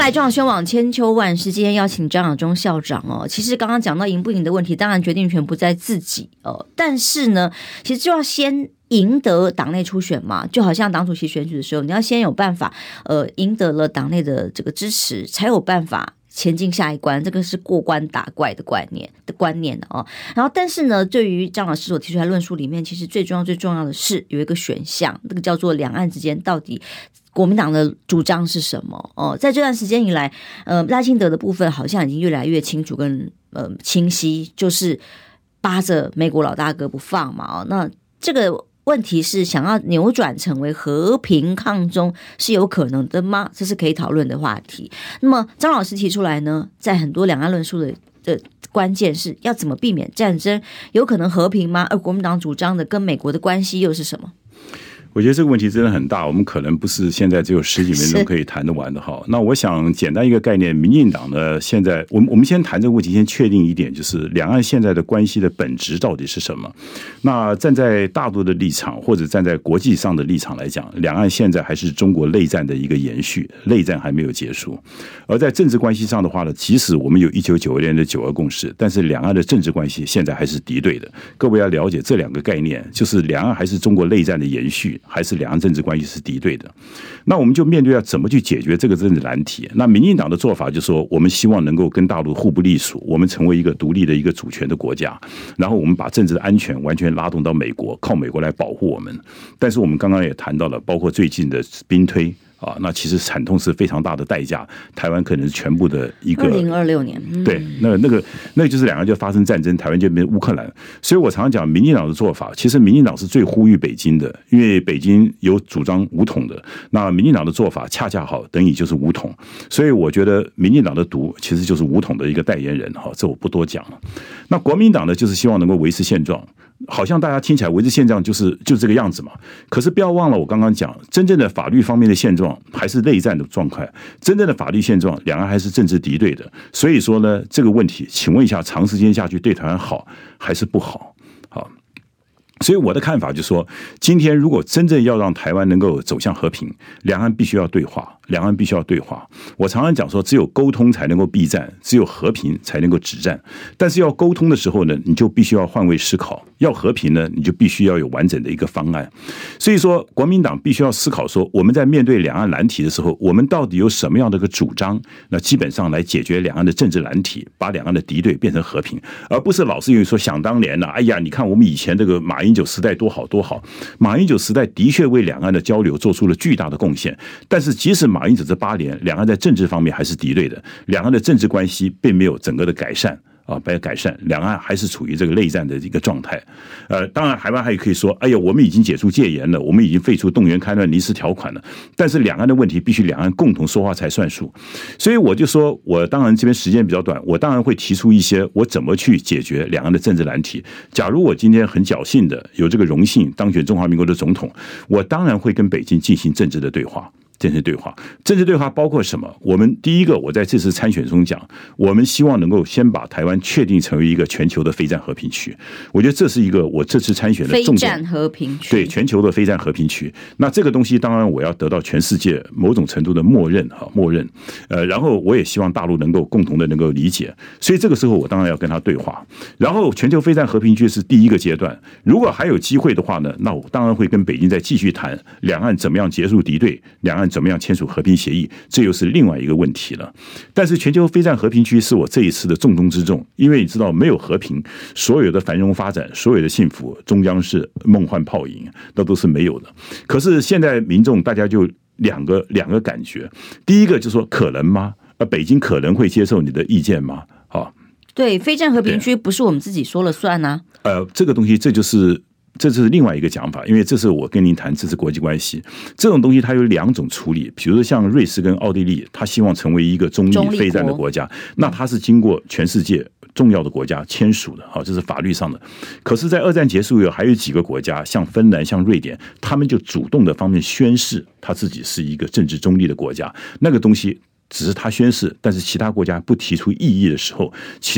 回来，中央宣网千秋万世，今天邀请张亚中校长哦。其实刚刚讲到赢不赢的问题，当然决定权不在自己哦，但是呢，其实就要先赢得党内初选嘛，就好像党主席选举的时候，你要先有办法赢得了党内的这个支持，才有办法前进下一关，这个是过关打怪的观念哦。然后，但是呢，对于张老师所提出来的论述里面，其实最重要的是有一个选项，那个叫做两岸之间到底国民党的主张是什么哦。在这段时间以来，赖清德的部分好像已经越来越清楚跟清晰，就是扒着美国老大哥不放嘛哦。那这个问题是想要扭转成为和平抗中是有可能的吗？这是可以讨论的话题。那么张老师提出来呢，在很多两岸论述的关键是要怎么避免战争，有可能和平吗？而国民党主张的跟美国的关系又是什么？ 我觉得这个问题真的很大，我们可能不是现在只有10几分钟可以谈得完的哈。那我想简单一个概念，民进党呢，现在我们先谈这个问题，先确定一点，就是两岸现在的关系的本质到底是什么？那站在大陆的立场，或者站在国际上的立场来讲，两岸现在还是中国内战的一个延续，内战还没有结束。而在政治关系上的话呢，即使我们有1992年的9·2共识，但是两岸的政治关系现在还是敌对的。各位要了解这两个概念，就是两岸还是中国内战的延续，还是两岸政治关系是敌对的。那我们就面对要怎么去解决这个政治难题。那民进党的做法就是说，我们希望能够跟大陆互不隶属，我们成为一个独立的一个主权的国家，然后我们把政治的安全完全拉动到美国，靠美国来保护我们。但是我们刚刚也谈到了，包括最近的兵推啊，那其实惨痛是非常大的代价，台湾可能是全部的一个 2026年， 对，那个就是两岸就发生战争，台湾就变乌克兰。所以我常常讲，民进党的做法，其实民进党是最呼吁北京的，因为北京有主张武统的，那民进党的做法恰恰好等于就是武统。所以我觉得民进党的独其实就是武统的一个代言人哈，这我不多讲了。那国民党呢，就是希望能够维持现状。好像大家听起来维持现状就是这个样子嘛，可是不要忘了我刚刚讲，真正的法律方面的现状还是内战的状态，真正的法律现状两岸还是政治敌对的。所以说呢，这个问题，请问一下，长时间下去对台湾好还是不好？好。所以我的看法就是说，今天如果真正要让台湾能够走向和平，两岸必须要对话，两岸必须要对话。我常常讲说，只有沟通才能够避战，只有和平才能够止战。但是要沟通的时候呢，你就必须要换位思考；要和平呢，你就必须要有完整的一个方案。所以说，国民党必须要思考说，我们在面对两岸难题的时候，我们到底有什么样的一个主张？那基本上来解决两岸的政治难题，把两岸的敌对变成和平，而不是老是有说想当年哎呀，你看我们以前这个马英九时代多好多好。马英九时代的确为两岸的交流做出了巨大的贡献，但是即使马英九这8年，两岸在政治方面还是敌对的，两岸的政治关系并没有整个的改善。被改善，两岸还是处于这个内战的一个状态。当然，台湾还可以说，哎呀，我们已经解除戒严了，我们已经废除动员戡乱临时条款了。但是两岸的问题必须两岸共同说话才算数。所以我就说，我当然这边时间比较短，我当然会提出一些我怎么去解决两岸的政治难题。假如我今天很侥幸的有这个荣幸当选中华民国的总统，我当然会跟北京进行政治的对话。政治对话包括什么？我们第一个，我在这次参选中讲，我们希望能够先把台湾确定成为一个全球的非战和平区。我觉得这是一个我这次参选的重点。 非战和平区， 对，全球的非战和平区。那这个东西当然我要得到全世界某种程度的默认。然后我也希望大陆能够共同的能够理解。所以这个时候我当然要跟他对话。然后全球非战和平区是第一个阶段。如果还有机会的话呢，那我当然会跟北京再继续谈两岸怎么样结束敌对，两岸怎么样签署和平协议，这又是另外一个问题了。但是全球非战和平区是我这一次的重中之重，因为你知道，没有和平，所有的繁荣发展，所有的幸福，终将是梦幻泡影，那都是没有的。可是现在民众大家就两个感觉，第一个就是说，可能吗？北京可能会接受你的意见吗？ 对，非战和平区不是我们自己说了算啊。 这个东西，这是另外一个讲法，因为这是我跟您谈，这是国际关系。这种东西它有2种处理，比如说像瑞士跟奥地利，他希望成为一个中立非战的国家，那它是经过全世界重要的国家签署的，这是法律上的。可是，在2战结束以后，还有几个国家，像芬兰、像瑞典，他们就主动的方面宣示他自己是一个政治中立的国家。那个东西只是他宣示，但是其他国家不提出异议的时候，其实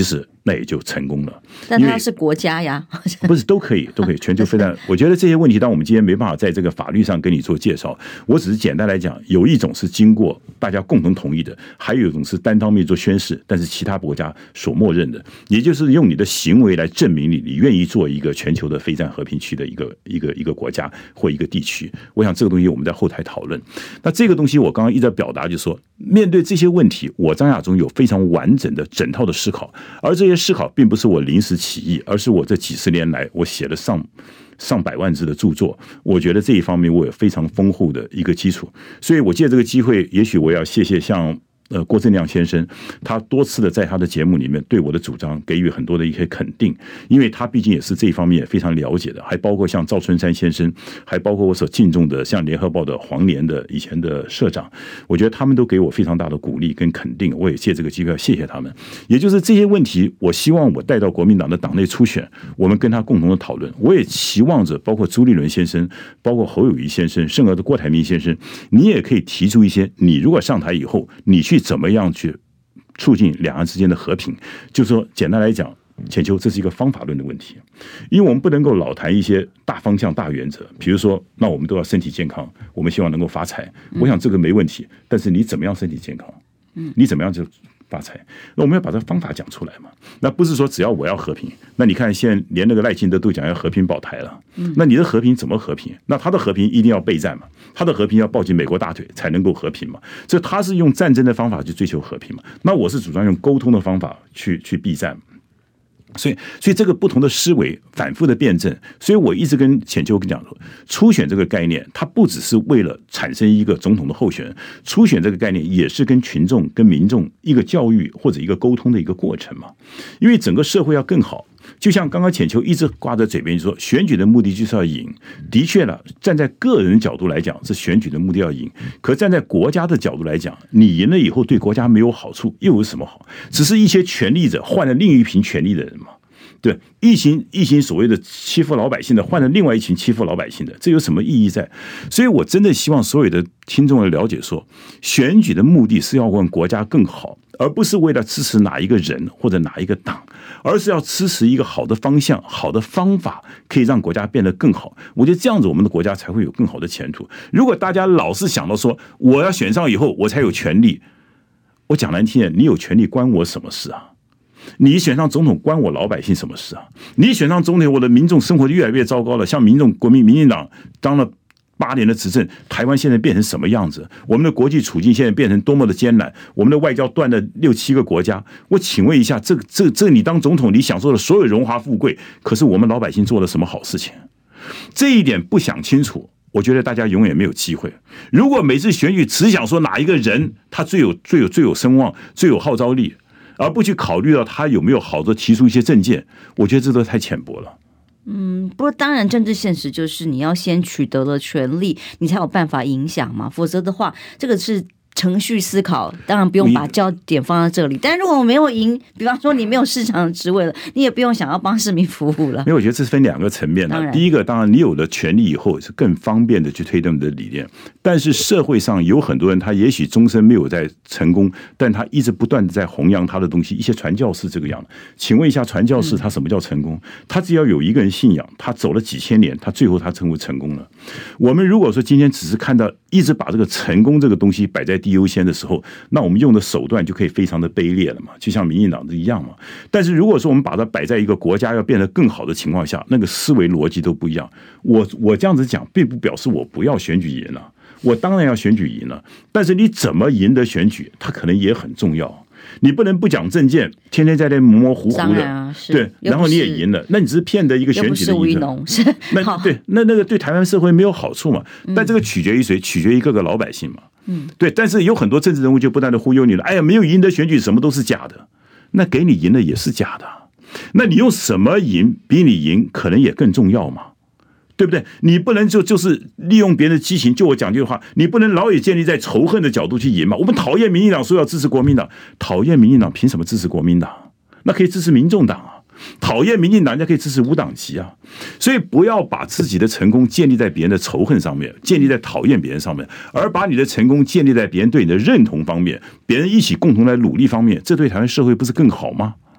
那也就成功了。 但它是国家呀， 不是都可以，全球非常。我觉得这些问题，当我们今天没办法在这个法律上跟你做介绍，我只是简单来讲，有一种是经过大家共同同意的，还有一种是单方面做宣誓，但是其他国家所默认的，也就是用你的行为来证明你愿意做一个全球的非战和平区的一个国家或一个地区。我想这个东西我们在后台讨论。那这个东西我刚刚一直在表达，就是说面对这些问题，我张亚中有非常完整的整套的思考，而这些思考并不是我临时起意，而是我这几十年来我写了上百万字的著作，我觉得这一方面我有非常丰厚的一个基础，所以我借这个机会，也许我要谢谢像郭正亮先生，他多次的在他的节目里面对我的主张给予很多的一些肯定，因为他毕竟也是这一方面也非常了解的，还包括像赵春山先生，还包括我所敬重的像联合报的黄连的以前的社长，我觉得他们都给我非常大的鼓励跟肯定，我也借这个机会要谢谢他们。也就是这些问题，我希望我带到国民党的党内初选，我们跟他共同的讨论。我也期望着包括朱立伦先生，包括侯友宜先生，甚至郭台铭先生，你也可以提出一些，你如果上台以后，你去怎么样去促进两岸之间的和平。就是说简单来讲，浅秋，这是一个方法论的问题，因为我们不能够老谈一些大方向大原则，比如说那我们都要身体健康，我们希望能够发财，我想这个没问题，但是你怎么样身体健康，你怎么样就发财，那我们要把这个方法讲出来嘛。那不是说只要我要和平，那你看现在连那个赖清德都讲要和平保台了，那你的和平怎么和平？那他的和平一定要备战嘛，他的和平要抱紧美国大腿才能够和平嘛，所以他是用战争的方法去追求和平嘛，那我是主张用沟通的方法去避战。所以这个不同的思维反复的辩证，所以我一直跟浅秋跟讲说，初选这个概念，它不只是为了产生一个总统的候选人，初选这个概念也是跟群众、跟民众一个教育或者一个沟通的一个过程嘛。因为整个社会要更好，就像刚刚浅秋一直挂在嘴边就说，选举的目的就是要赢。的确了，站在个人角度来讲，是选举的目的要赢；可站在国家的角度来讲，你赢了以后对国家没有好处，又有什么好？只是一些权力者换了另一群权力的人嘛。对，一群所谓的欺负老百姓的，换了另外一群欺负老百姓的，这有什么意义在？所以我真的希望所有的听众了解说，选举的目的是要让国家更好，而不是为了支持哪一个人或者哪一个党，而是要支持一个好的方向、好的方法，可以让国家变得更好。我觉得这样子，我们的国家才会有更好的前途。如果大家老是想到说，我要选上以后我才有权利，我讲难听点，你有权利关我什么事啊？你选上总统关我老百姓什么事啊？你选上总统，我的民众生活就越来越糟糕了。像民进党当了8年的执政，台湾现在变成什么样子？我们的国际处境现在变成多么的艰难，我们的外交断了6、7个国家。我请问一下，这你当总统，你享受了所有荣华富贵，可是我们老百姓做了什么好事情？这一点不想清楚，我觉得大家永远没有机会。如果每次选举只想说哪一个人他最有声望、最有号召力，而不去考虑到他有没有好的提出一些政见，我觉得这都太浅薄了。 不过当然政治现实就是你要先取得了权力，你才有办法影响嘛，否则的话这个是程序思考，当然不用把焦点放在这里。但如果我没有赢，比方说你没有市场的职位了，你也不用想要帮市民服务了。 因为我觉得这是分2个层面的。第一个，当然你有了权利以后是更方便的去推动你的理念，但是社会上有很多人，他也许终身没有在成功，但他一直不断的在弘扬他的东西。一些传教士这个样的，请问一下，传教士他什么叫成功？他只要有一个人信仰，他走了几千年，他最后他成为成功了。我们如果说今天只是看到一直把这个成功这个东西摆在第一优先的时候，那我们用的手段就可以非常的卑劣了嘛，就像民进党一样嘛。但是如果说我们把它摆在一个国家要变得更好的情况下，那个思维逻辑都不一样。我这样子讲，并不表示我不要选举赢了，我当然要选举赢了，但是你怎么赢得选举，它可能也很重要。你不能不讲政见，天天在那模模糊糊的，对，然后你也赢了，那你只是骗得一个选举的赢了，那个对台湾社会没有好处嘛？但这个取决于谁？取决于各个老百姓嘛。对，但是有很多政治人物就不断的忽悠你了，哎呀，没有赢得选举，什么都是假的，那给你赢了也是假的，那你用什么赢比你赢可能也更重要嘛？对不对？你不能就是利用别人的激情，就我讲句话，你不能老也建立在仇恨的角度去赢嘛。我们讨厌民进党，说要支持国民党，讨厌民进党凭什么支持国民党？那可以支持民众党啊。讨厌民进党，人家可以支持无党籍啊。所以不要把自己的成功建立在别人的仇恨上面，建立在讨厌别人上面，而把你的成功建立在别人对你的认同方面，别人一起共同来努力方面，这对台湾社会不是更好吗？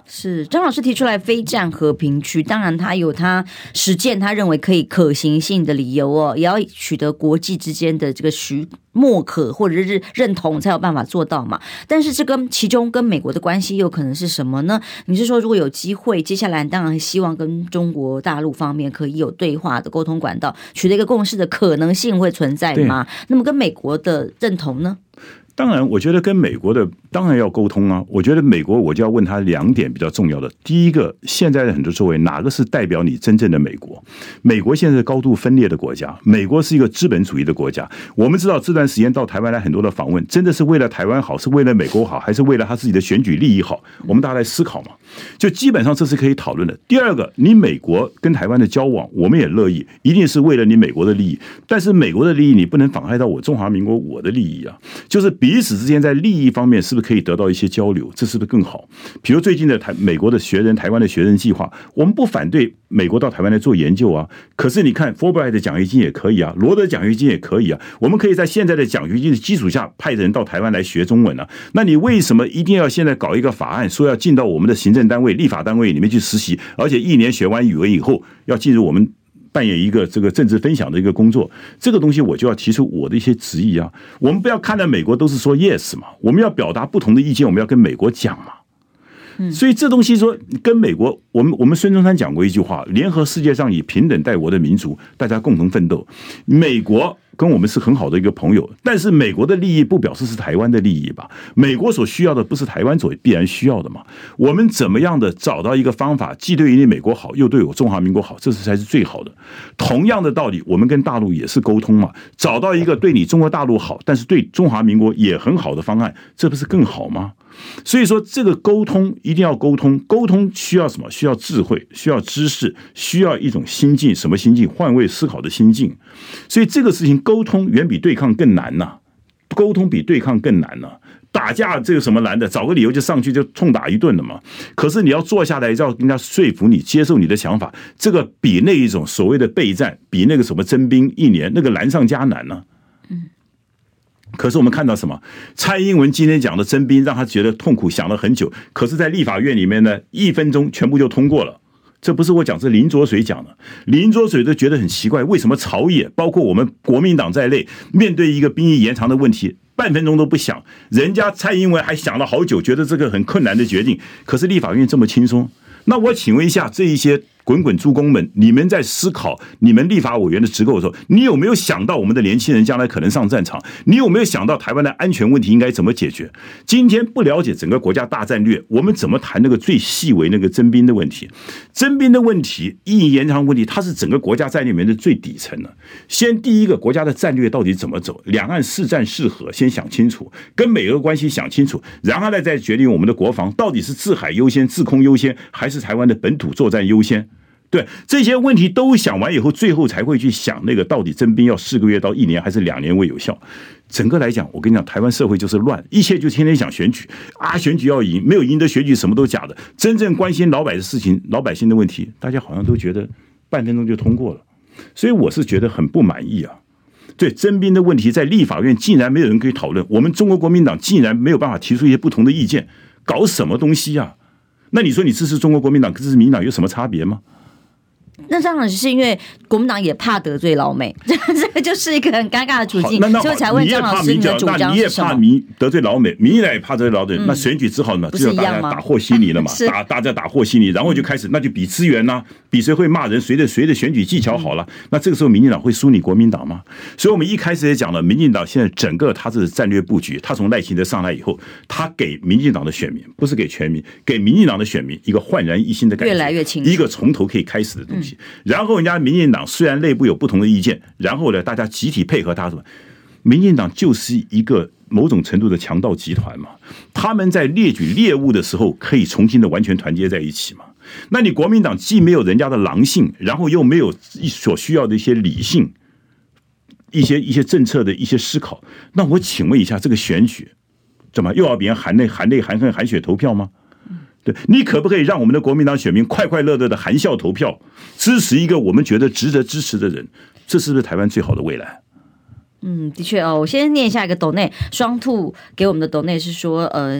是张老师提出来非战和平区，当然他有他实践他认为可以可行性的理由哦，也要取得国际之间的这个默可或者是认同才有办法做到嘛。但是这个其中跟美国的关系有可能是什么呢？你是说如果有机会，接下来当然希望跟中国大陆方面可以有对话的沟通管道，取得一个共识的可能性会存在吗？那么跟美国的认同呢？ 当然，我觉得跟美国的当然要沟通啊。我觉得美国我就要问他2点比较重要的。第一个，现在的很多周围哪个是代表你真正的美国？美国现在是高度分裂的国家，美国是一个资本主义的国家。我们知道这段时间到台湾来很多的访问，真的是为了台湾好，是为了美国好，还是为了他自己的选举利益好？我们大家来思考嘛。就基本上这是可以讨论的。第二个，你美国跟台湾的交往，我们也乐意，一定是为了你美国的利益。但是美国的利益你不能妨害到我中华民国我的利益啊，就是彼此之间在利益方面是不是可以得到一些交流，这是不是更好？比如最近的美国的学人，台湾的学人计划，我们不反对美国到台湾来做研究啊，可是你看 Fulbright 的奖学金也可以啊，罗德奖学金也可以啊，我们可以在现在的奖学金的基础下派人到台湾来学中文啊。那你为什么一定要现在搞一个法案，说要进到我们的行政单位、立法单位里面去实习，而且1年学完语文以后要进入我们扮演一个这个政治分享的一个工作？这个东西我就要提出我的一些质疑啊。我们不要看到美国都是说 yes 嘛，我们要表达不同的意见，我们要跟美国讲嘛。所以这东西说跟美国，我们孙中山讲过一句话：联合世界上以平等待我的民族，大家共同奋斗。美国跟我们是很好的一个朋友，但是美国的利益不表示是台湾的利益吧？美国所需要的不是台湾所必然需要的嘛？我们怎么样的找到一个方法，既对于美国好，又对我中华民国好，这才是最好的。同样的道理，我们跟大陆也是沟通嘛，找到一个对你中国大陆好，但是对中华民国也很好的方案，这不是更好吗？所以说这个沟通一定要沟通，沟通需要什么？需要智慧，需要知识，需要一种心境。什么心境？换位思考的心境。所以这个事情沟通远比对抗更难呐，沟通比对抗更难呐。打架这个什么难的？找个理由就上去就痛打一顿了嘛。可是你要坐下来，要跟人家说服你，接受你的想法，这个比那一种所谓的备战，比那个什么征兵1年那个难上加难呢。可是我们看到什么？蔡英文今天讲的征兵让他觉得痛苦，想了很久。可是在立法院里面呢，1分钟全部就通过了。这不是我讲，是林濁水讲的。林濁水都觉得很奇怪，为什么朝野包括我们国民党在内，面对一个兵役延长的问题，半分钟都不想，人家蔡英文还想了好久，觉得这个很困难的决定。可是立法院这么轻松。那我请问一下，这一些滚滚诸公们，你们在思考你们立法委员的职构的时候，你有没有想到我们的年轻人将来可能上战场？你有没有想到台湾的安全问题应该怎么解决？今天不了解整个国家大战略，我们怎么谈那个最细微那个征兵的问题？征兵的问题、役役延长问题，它是整个国家战略里面的最底层的。先第一个，国家的战略到底怎么走？两岸是战是和，先想清楚，跟美俄关系想清楚，然后呢再决定我们的国防到底是制海优先、制空优先，还是台湾的本土作战优先。对，这些问题都想完以后，最后才会去想那个到底征兵要4个月到1年还是2年为有效。整个来讲，我跟你讲，台湾社会就是乱，一切就天天想选举啊，选举要赢，没有赢得选举什么都假的。真正关心老百姓的事情、老百姓的问题，大家好像都觉得半分钟就通过了，所以我是觉得很不满意啊。对征兵的问题，在立法院竟然没有人可以讨论，我们中国国民党竟然没有办法提出一些不同的意见，搞什么东西啊？那你说你支持中国国民党跟支持民进党有什么差别吗？ 那当然是因为国民党也怕得罪老美，这个就是一个很尴尬的处境，所以才问张老师你的主张是什么？ 你也怕得罪老美，民进党也怕得罪老美，那选举只好呢，只有大家打和稀泥了嘛，大家打和稀泥，然后就开始那就比资源啦，比谁会骂人，谁的选举技巧好了，那这个时候民进党会输你国民党吗？所以我们一开始也讲了，民进党现在整个他的战略布局，他从赖清德上来以后，他给民进党的选民，不是给全民，给民进党的选民一个焕然一新的感觉， 越来越清楚， 一个从头可以开始的东西。然后人家民进党虽然内部有不同的意见，然后呢，大家集体配合他什么？民进党就是一个某种程度的强盗集团嘛，他们在列举猎物的时候可以重新的完全团结在一起嘛。那你国民党既没有人家的狼性，然后又没有所需要的一些理性，一些政策的一些思考，那我请问一下，这个选举怎么又要别人含泪含恨含血投票吗？对，你可不可以让我们的国民党选民快快乐乐的含笑投票，支持一个我们觉得值得支持的人？这是不是台湾最好的未来？的确哦。我先念一下一个斗内双兔给我们的斗内是说，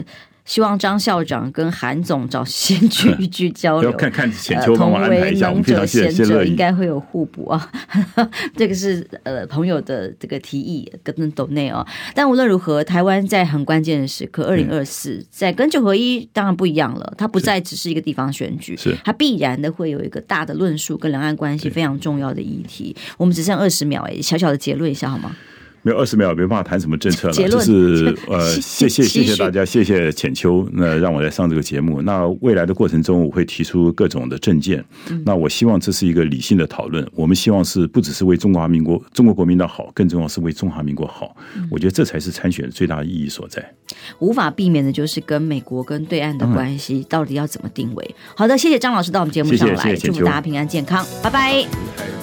希望张校长跟韩总找时间去交流， 要看浅秋帮我安排一下，我们非常谢乐意， 应该会有互补啊。这个是朋友的这个提议跟斗内哦。但无论如何，台湾在很关键的时刻，2024在跟9合1当然不一样了，它不再只是一个地方选举，它必然的会有一个大的论述跟两岸关系非常重要的议题。我们只剩20秒，小小的结论一下好吗？ 没有20秒，没办法谈什么政策了。就是谢谢大家，谢谢浅秋，那让我来上这个节目。那未来的过程中，我会提出各种的政见。那我希望这是一个理性的讨论。我们希望是不只是为中国国民党好，更重要是为中华民国好。我觉得这才是参选最大的意义所在。 无法避免的就是跟美国跟对岸的关系到底要怎么定位。好的，谢谢张老师到我们节目上来，祝福大家平安健康，拜拜。